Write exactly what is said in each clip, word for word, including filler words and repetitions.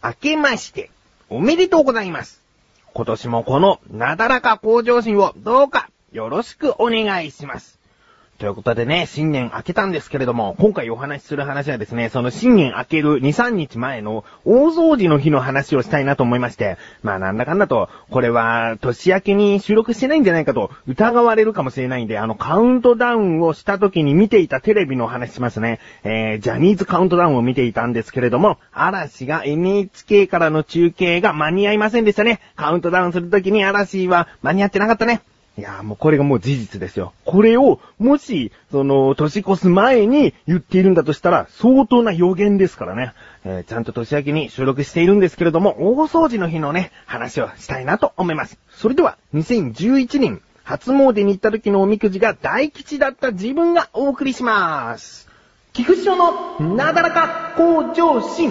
明けまして、おめでとうございます。今年もこのなだらか向上心をどうかよろしくお願いします。ということでね、新年明けたんですけれども、今回お話しする話はですね、その新年明けるに、さんにちまえの大掃除の日の話をしたいなと思いまして、まあなんだかんだと、これは年明けに収録してないんじゃないかと疑われるかもしれないんで、あのカウントダウンをした時に見ていたテレビの話しますね。えー、ジャニーズカウントダウンを見ていたんですけれども、嵐が エヌエイチケー からの中継が間に合いませんでしたね。カウントダウンする時に嵐は間に合ってなかったね。いやーもうこれがもう事実ですよ。これを、もし、その、年越す前に言っているんだとしたら、相当な予言ですからね。えー、ちゃんと年明けに収録しているんですけれども、大掃除の日のね、話をしたいなと思います。それでは、にせんじゅういちねん、初詣に行った時のおみくじが大吉だった自分がお送りします。菊池翔のなだらか向上心。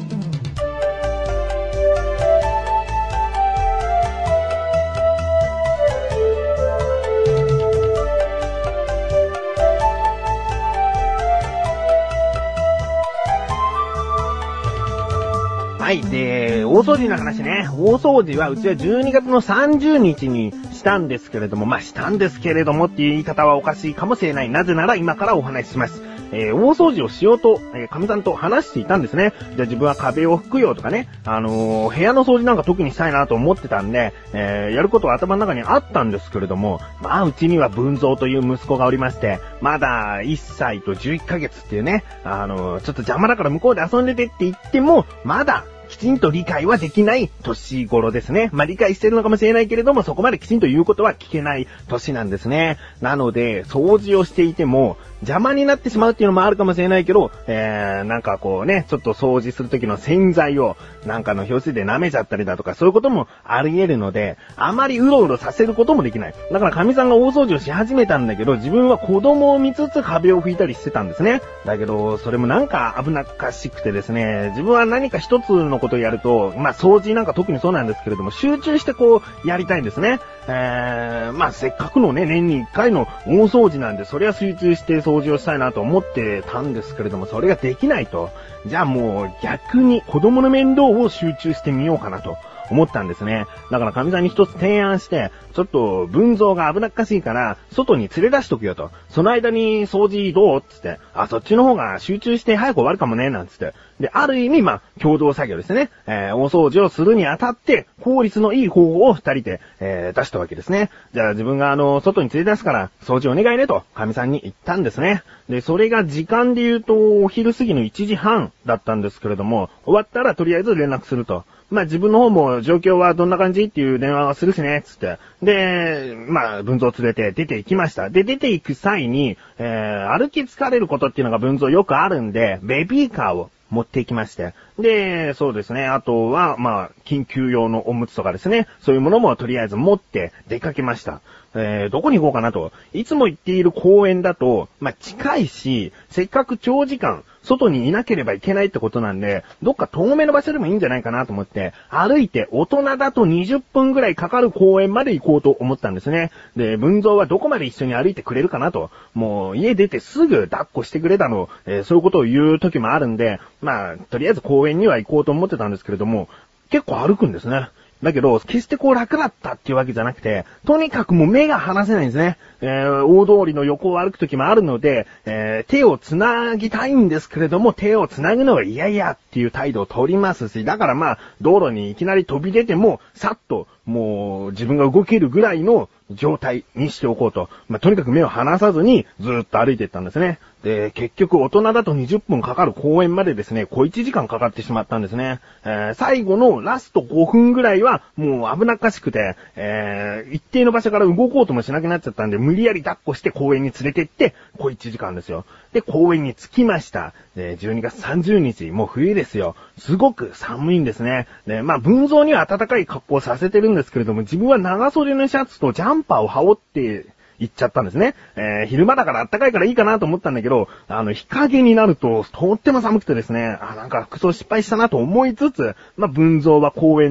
はい。で、大掃除の話ね。大掃除はうちはじゅうにがつのさんじゅうにちにしたんですけれども、まあ、したんですけれどもっていう言い方はおかしいかもしれない。なぜなら今からお話しします。えー、大掃除をしようと、えー、神さんと話していたんですね。じゃあ自分は壁を拭くよとかね、あのー、部屋の掃除なんか特にしたいなと思ってたんで、えー、やることは頭の中にあったんですけれども、まあ、うちには文蔵という息子がおりまして、まだいっさいとじゅういっかげつっていうね、あのー、ちょっと邪魔だから向こうで遊んでてって言っても、まだ、きちんと理解はできない年頃ですね。まあ、理解してるのかもしれないけれども、そこまできちんと言うことは聞けない年なんですね。なので、掃除をしていても、邪魔になってしまうっていうのもあるかもしれないけど、えー、なんかこうね、ちょっと掃除するときの洗剤を、なんかの表紙で舐めちゃったりだとか、そういうこともあり得るので、あまりうろうろさせることもできない。だから神さんが大掃除をし始めたんだけど、自分は子供を見つつ壁を拭いたりしてたんですね。だけど、それもなんか危なっかしくてですね、自分は何か一つのことをやると、まあ掃除なんか特にそうなんですけれども、集中してこう、やりたいんですね。えー、まあせっかくのね、年に一回の大掃除なんで、それは集中して掃除をしたいなと思ってたんですけれども、それができないと。じゃあもう逆に子供の面倒を集中してみようかなと思ったんですね。だから神さんに一つ提案して、ちょっと文蔵が危なっかしいから、外に連れ出しとくよと。その間に掃除どうつって、あ、そっちの方が集中して早く終わるかもね、なんつって。で、ある意味、まあ、共同作業ですね。えー、大掃除をするにあたって、効率のいい方法を二人で、えー、出したわけですね。じゃあ自分があの、外に連れ出すから、掃除お願いねと、神さんに言ったんですね。で、それが時間で言うと、お昼過ぎのいちじはんだったんですけれども、終わったらとりあえず連絡すると。まあ自分の方も状況はどんな感じっていう電話はするしね、つって。で、まあ文蔵連れて出て行きました。で、出て行く際に、えー、歩き疲れることっていうのが文蔵よくあるんで、ベビーカーを持って行きまして。で、そうですね。あとは、まあ、緊急用のおむつとかですね。そういうものもとりあえず持って出かけました。えー、どこに行こうかなと。いつも行っている公園だと、まあ、近いし、せっかく長時間、外にいなければいけないってことなんで、どっか遠めの場所でもいいんじゃないかなと思って、歩いて大人だとにじゅっぷんぐらいかかる公園まで行こうと思ったんですね。で、文蔵はどこまで一緒に歩いてくれるかなと。もう家出てすぐ抱っこしてくれたの、えー、そういうことを言う時もあるんで、まあ、とりあえず公園には行こうと思ってたんですけれども、結構歩くんですね。だけど、決してこう楽だったっていうわけじゃなくて、とにかくもう目が離せないんですね。えー、大通りの横を歩くときもあるので、えー、手を繋ぎたいんですけれども、手を繋ぐのは嫌々っていう態度を取りますし、だからまあ、道路にいきなり飛び出ても、さっと、もう自分が動けるぐらいの状態にしておこうと。まあ、とにかく目を離さずにずーっと歩いていったんですね。で、結局大人だとにじゅっぷんかかる公園までですね、小いちじかんかかってしまったんですね。えー、最後のラストごふんぐらいはもう危なっかしくて、えー、一定の場所から動こうともしなくなっちゃったんで、無理やり抱っこして公園に連れて行って、小いちじかんですよ。で、公園に着きました。で、じゅうにがつさんじゅうにち、もう冬ですよ。すごく寒いんですね。で、まあ、文蔵には暖かい格好をさせてるんですけれども、自分は長袖のシャツとジャンパーを羽織って行っちゃったんですね。えー、昼間だから暖かいからいいかなと思ったんだけど、あの、日陰になると、とっても寒くてですね、あ、なんか服装失敗したなと思いつつ、まあ、文蔵は公園で、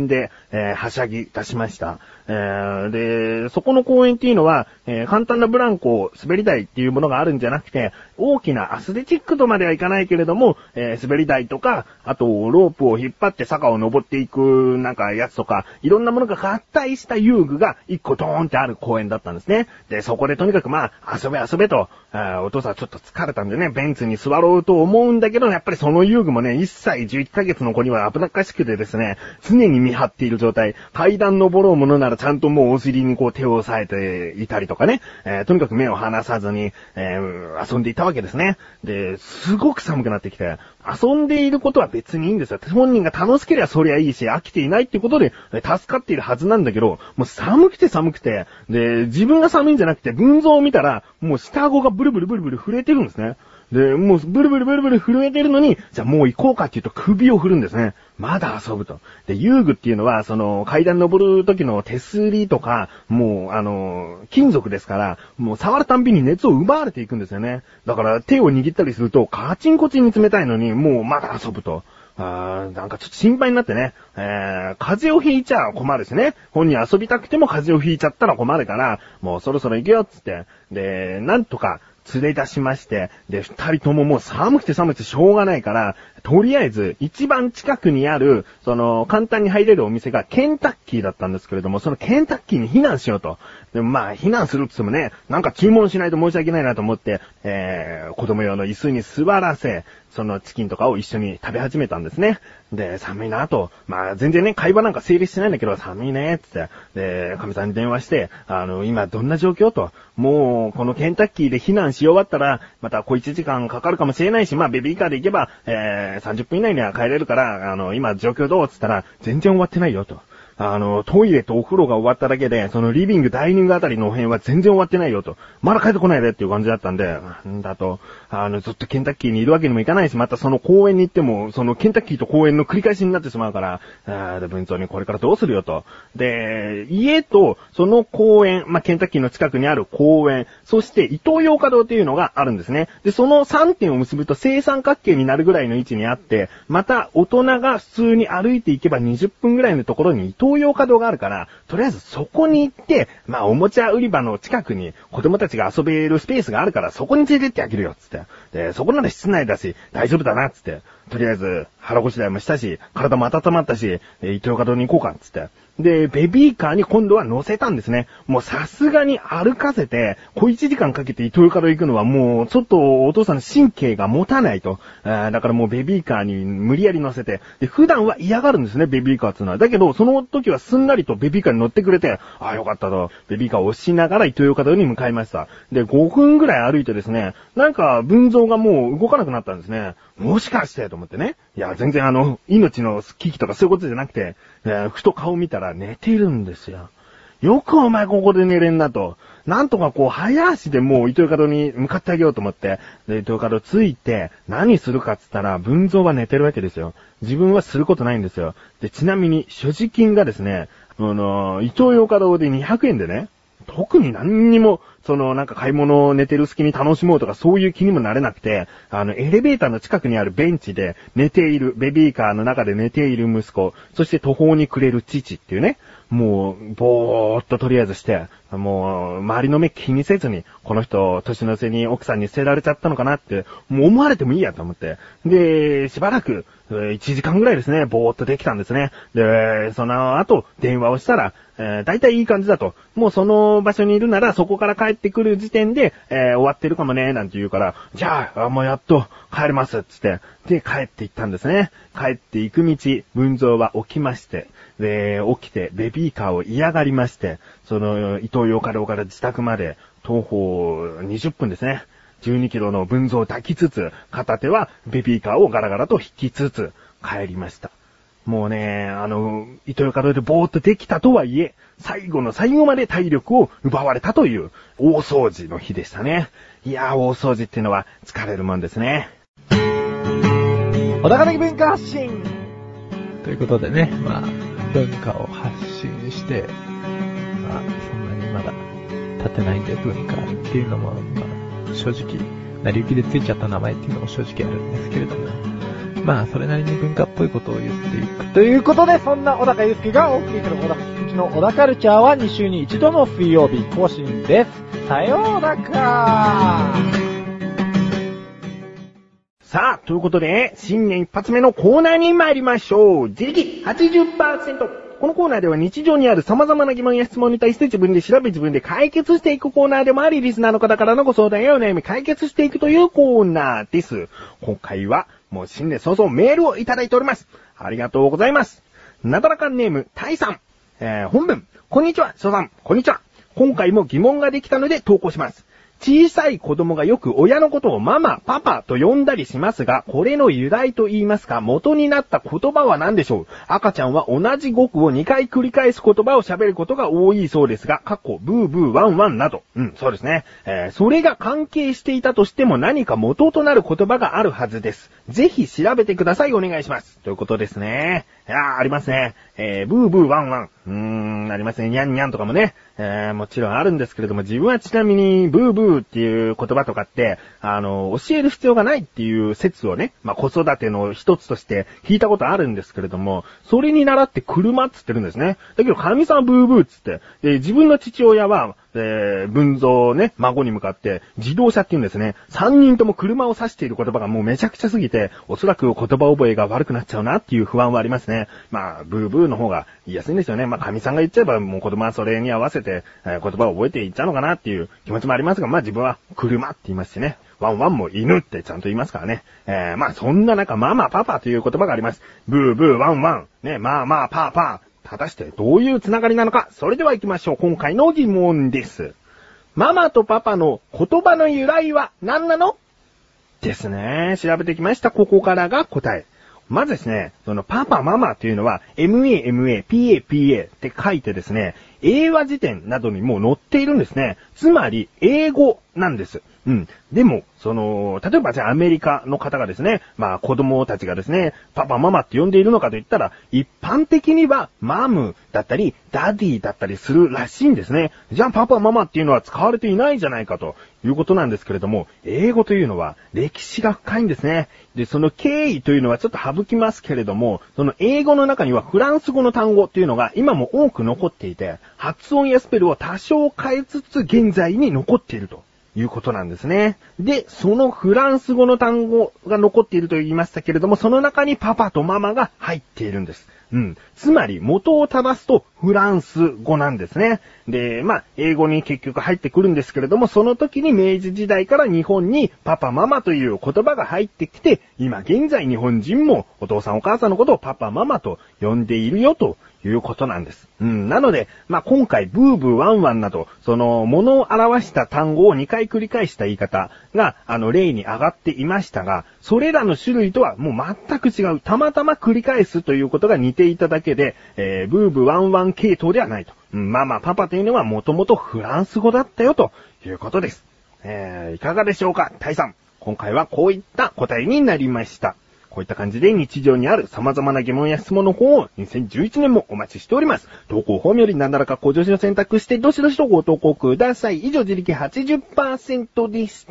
えー、はしゃぎ出しました。えー、で、そこの公園っていうのは、えー、簡単なブランコを滑り台っていうものがあるんじゃなくて、大きなアスレチックとまではいかないけれども、えー、滑り台とか、あと、ロープを引っ張って坂を登っていく、なんかやつとか、いろんなものが合体した遊具が一個ドーンってある公園だったんですね。で、そこでとにかくまあ、遊べ遊べと、あお父さんちょっと疲れたんでね、ベンツに座ろうと思うんだけど、やっぱりその遊具もね、いっさいじゅういっかげつの子には危なっかしくてですね、常に見張っている状態、階段登ろうものならちゃんともうお尻にこう手を押さえていたりとかね、えー、とにかく目を離さずに、えー、遊んでいたわけですね。で、すごく寒くなってきて、遊んでいることは別にいいんですよ。本人が楽しければそりゃいいし、飽きていないっていうことで助かっているはずなんだけど、もう寒くて寒くて、で、自分が寒いんじゃなくて、群像を見たら、もう下顎がブルブルブルブル震えてるんですね。で、もうブルブルブルブル震えてるのに、じゃあもう行こうかっていうと首を振るんですね。まだ遊ぶと。で、遊具っていうのは、その階段登る時の手すりとか、もうあの、金属ですから、もう触るたんびに熱を奪われていくんですよね。だから手を握ったりすると、カチンコチンに冷たいのに、もうまだ遊ぶと。あーなんかちょっと心配になってね、えー、風邪をひいちゃ困るしね。本人遊びたくても風邪をひいちゃったら困るから、もうそろそろ行けよっつって。で、なんとか連れ出しまして、で、二人とももう寒くて寒くてしょうがないから、とりあえず一番近くにある、その簡単に入れるお店がケンタッキーだったんですけれども、そのケンタッキーに避難しようと。でもまあ避難するって言ってもね、なんか注文しないと申し訳ないなと思って、えー、子供用の椅子に座らせ、そのチキンとかを一緒に食べ始めたんですね。で、寒いなと。まあ全然ね、会話なんか成立してないんだけど、寒いね、つって。で、神さんに電話して、あの、今どんな状況と。もう、このケンタッキーで避難し終わったら、また小いちじかんかかるかもしれないし、まあベビーカーで行けば、えー、さんじゅっぷん以内には帰れるから、あの、今状況どうつったら、全然終わってないよと。あの、トイレとお風呂が終わっただけで、そのリビング、ダイニングあたりの辺は全然終わってないよと。まだ帰ってこないでっていう感じだったんで、なんだと、あの、ずっとケンタッキーにいるわけにもいかないし、またその公園に行っても、そのケンタッキーと公園の繰り返しになってしまうから、あで、文蔵にこれからどうするよと。で、家とその公園、まあ、ケンタッキーの近くにある公園、そしてイトーヨーカドーっていうのがあるんですね。で、そのさんてんを結ぶと正三角形になるぐらいの位置にあって、また大人が普通に歩いていけばにじゅっぷんぐらいのところにイトーヨーカドーがあるから、とりあえずそこに行って、まあ、おもちゃ売り場の近くに子供たちが遊べるスペースがあるから、そこに連れてってあげるよ、つって。で、そこなら室内だし、大丈夫だな、つって。とりあえず、腹ごしらえもしたし、体も温まったし、イトーヨーカドーに行こうか、つって。で、ベビーカーに今度は乗せたんですね。もうさすがに歩かせて、小いちじかんかけてイトーヨーカドー行くのはもう、ちょっとお父さんの神経が持たないと。あだからもうベビーカーに無理やり乗せて、で、普段は嫌がるんですね、ベビーカーっていうのは。だけど、その時はすんなりとベビーカーに乗ってくれて、ああ、よかったと。ベビーカーを押しながらイトーヨーカドーに向かいました。で、ごふんぐらい歩いてですね、なんか文蔵がもう動かなくなったんですね。もしかしてと思ってね。いや、全然あの、命の危機とかそういうことじゃなくて、えー、ふと顔見たら寝てるんですよ。よくお前ここで寝れんなと。なんとかこう、早足でもうイトーヨーカドーに向かってあげようと思って、で、イトーヨーカドーついて、何するかっつったら、文蔵は寝てるわけですよ。自分はすることないんですよ。で、ちなみに、所持金がですね、あの、イトーヨーカドーでにひゃくえんでね、特に何にも、そのなんか買い物を寝てる隙に楽しもうとかそういう気にもなれなくて、あのエレベーターの近くにあるベンチで寝ている、ベビーカーの中で寝ている息子、そして途方に暮れる父っていうね、もう、ぼーっととりあえずして、もう、周りの目気にせずに、この人、年の瀬に奥さんに捨てられちゃったのかなって、もう思われてもいいやと思って。で、しばらく、いちじかんぐらいですね、ぼーっとできたんですね。で、その後、電話をしたら、えー、大体いい感じだと。もうその場所にいるなら、そこから帰ってくる時点で、えー、終わってるかもね、なんて言うから、じゃあ、もうやっと帰れます、つって。で、帰って行ったんですね。帰って行く道、文蔵は起きまして、で、起きて、ベビーカーを嫌がりまして、その、イトーヨーカドーから自宅まで、徒歩にじゅっぷんですね。じゅうにキロの文蔵を抱きつつ、片手はベビーカーをガラガラと引きつつ、帰りました。もうね、あの、イトーヨーカドーでぼーっとできたとはいえ、最後の最後まで体力を奪われたという、大掃除の日でしたね。いやー、大掃除っていうのは疲れるもんですね。 小高的文化発信ということでね、まあ、文化を発信して、まあ、そんなにまだ立ってないんで文化っていうのも、まあ、正直、成り行きでついちゃった名前っていうのも正直あるんですけれども、 まあ、それなりに文化っぽいことを言っていく。ということで、そんな小高祐介がお送りする小高祐介の小高カルチャーはに週に一度の水曜日更新です。さようなら。 さあ、ということで、新年一発目のコーナーに参りましょう。自力 はちじゅっパーセント。このコーナーでは日常にある様々な疑問や質問に対して自分で調べ自分で解決していくコーナーでもあり、リスナーの方からのご相談やお悩み解決していくというコーナーです。今回はもう新年早々メールをいただいております。ありがとうございます。なだらかネーム、タイさん。えー、本文、こんにちは、翔さん、こんにちは。今回も疑問ができたので投稿します。小さい子供がよく親のことをママ、パパと呼んだりしますが、これの由来と言いますか、元になった言葉は何でしょう？赤ちゃんは同じ語句をにかい繰り返す言葉を喋ることが多いそうですが、かっこブーブーワンワンなど。うん、そうですね。えー、それが関係していたとしても何か元となる言葉があるはずです。ぜひ調べてください。お願いします。ということですね。いやー、ありますね。えー、ブーブーワンワン。うーん、ありますね。ニャンニャンとかもね。えー、もちろんあるんですけれども、自分はちなみに、ブーブーっていう言葉とかって、あの、教える必要がないっていう説をね、まあ、子育ての一つとして聞いたことあるんですけれども、それに倣って車っつってるんですね。だけど、神さんはブーブーっつって、で、自分の父親は、えー、文蔵ね、孫に向かって、自動車って言うんですね。三人とも車を指している言葉がもうめちゃくちゃすぎて、おそらく言葉覚えが悪くなっちゃうなっていう不安はありますね。まあ、ブーブーの方が言いやすいんですよね。まあ、神さんが言っちゃえば、もう子供はそれに合わせて、えー、言葉を覚えていっちゃうのかなっていう気持ちもありますが、まあ自分は車って言いますしね。ワンワンも犬ってちゃんと言いますからね。えー、まあそんな中、ママ、パパという言葉があります。ブーブー、ワンワン。ね、まあまあ、パーパー。果たしてどういうつながりなのか。それでは行きましょう。今回の疑問です。ママとパパの言葉の由来は何なの？ですね。調べてきました。ここからが答え。まずですね、そのパパママというのは エムエーエムエーピーエーピーエー って書いてですね、英和辞典などにも載っているんですね。つまり英語なんです。うん。でも、その、例えばじゃあアメリカの方がですね、まあ子供たちがですね、パパママって呼んでいるのかといったら、一般的にはマムだったり、ダディだったりするらしいんですね。じゃあパパママっていうのは使われていないじゃないかということなんですけれども、英語というのは歴史が深いんですね。で、その経緯というのはちょっと省きますけれども、その英語の中にはフランス語の単語っていうのが今も多く残っていて、発音やスペルを多少変えつつ現在に残っているということなんですね。で、そのフランス語の単語が残っていると言いましたけれども、その中にパパとママが入っているんです。うん。つまり元を正すとフランス語なんですね。で、まあ、英語に結局入ってくるんですけれども、その時に明治時代から日本にパパママという言葉が入ってきて、今現在日本人もお父さんお母さんのことをパパママと呼んでいるよということなんです。うん。なので、まあ、今回ブーブーワンワンなど、その、物を表した単語をにかい繰り返した言い方が、あの、例に上がっていましたが、それらの種類とはもう全く違う。たまたま繰り返すということが似ていただけで、えー、ブーブーワンワン系統ではないと。うん、ママ、パパというのはもともとフランス語だったよということです。えー、いかがでしょうか、タイさん。今回はこういった答えになりました。こういった感じで日常にある様々な疑問や質問の方をにせんじゅういちねんもお待ちしております。投稿フォームより何らか向上心を選択してどしどしとご投稿ください。以上、自力 はちじゅっパーセント でした。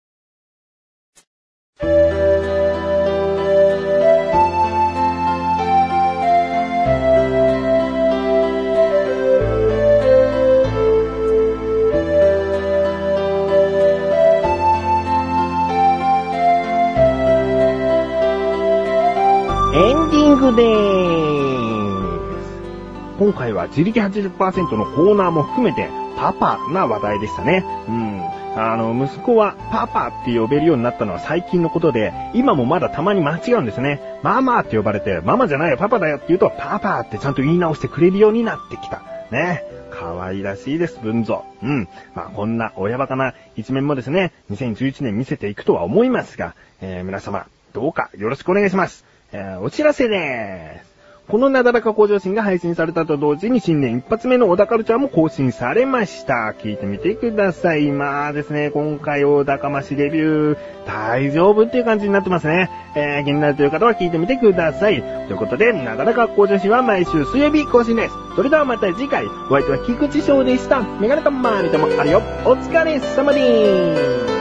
エンディングでーす。今回は自力 はちじゅっパーセント のコーナーも含めてパパな話題でしたね。うん。あの、息子はパパって呼べるようになったのは最近のことで、今もまだたまに間違うんですね。ママって呼ばれて、ママじゃないよパパだよって言うと、パパってちゃんと言い直してくれるようになってきた。ね。可愛らしいです、文蔵。うん。まあ、こんな親バカな一面もですね、にせんじゅういちねん見せていくとは思いますが、えー、皆様、どうかよろしくお願いします。えー、お知らせでーす。このなだらか向上心が配信されたと同時に新年一発目の小田カルチャーも更新されました。聞いてみてください。まあですね、今回小田かましレビュー大丈夫っていう感じになってますね。えー、気になるという方は聞いてみてください。ということで、なだらか向上心は毎週水曜日更新です。それではまた次回、お相手は菊池翔でした。メガネとマーニともあるよ。お疲れ様でーす。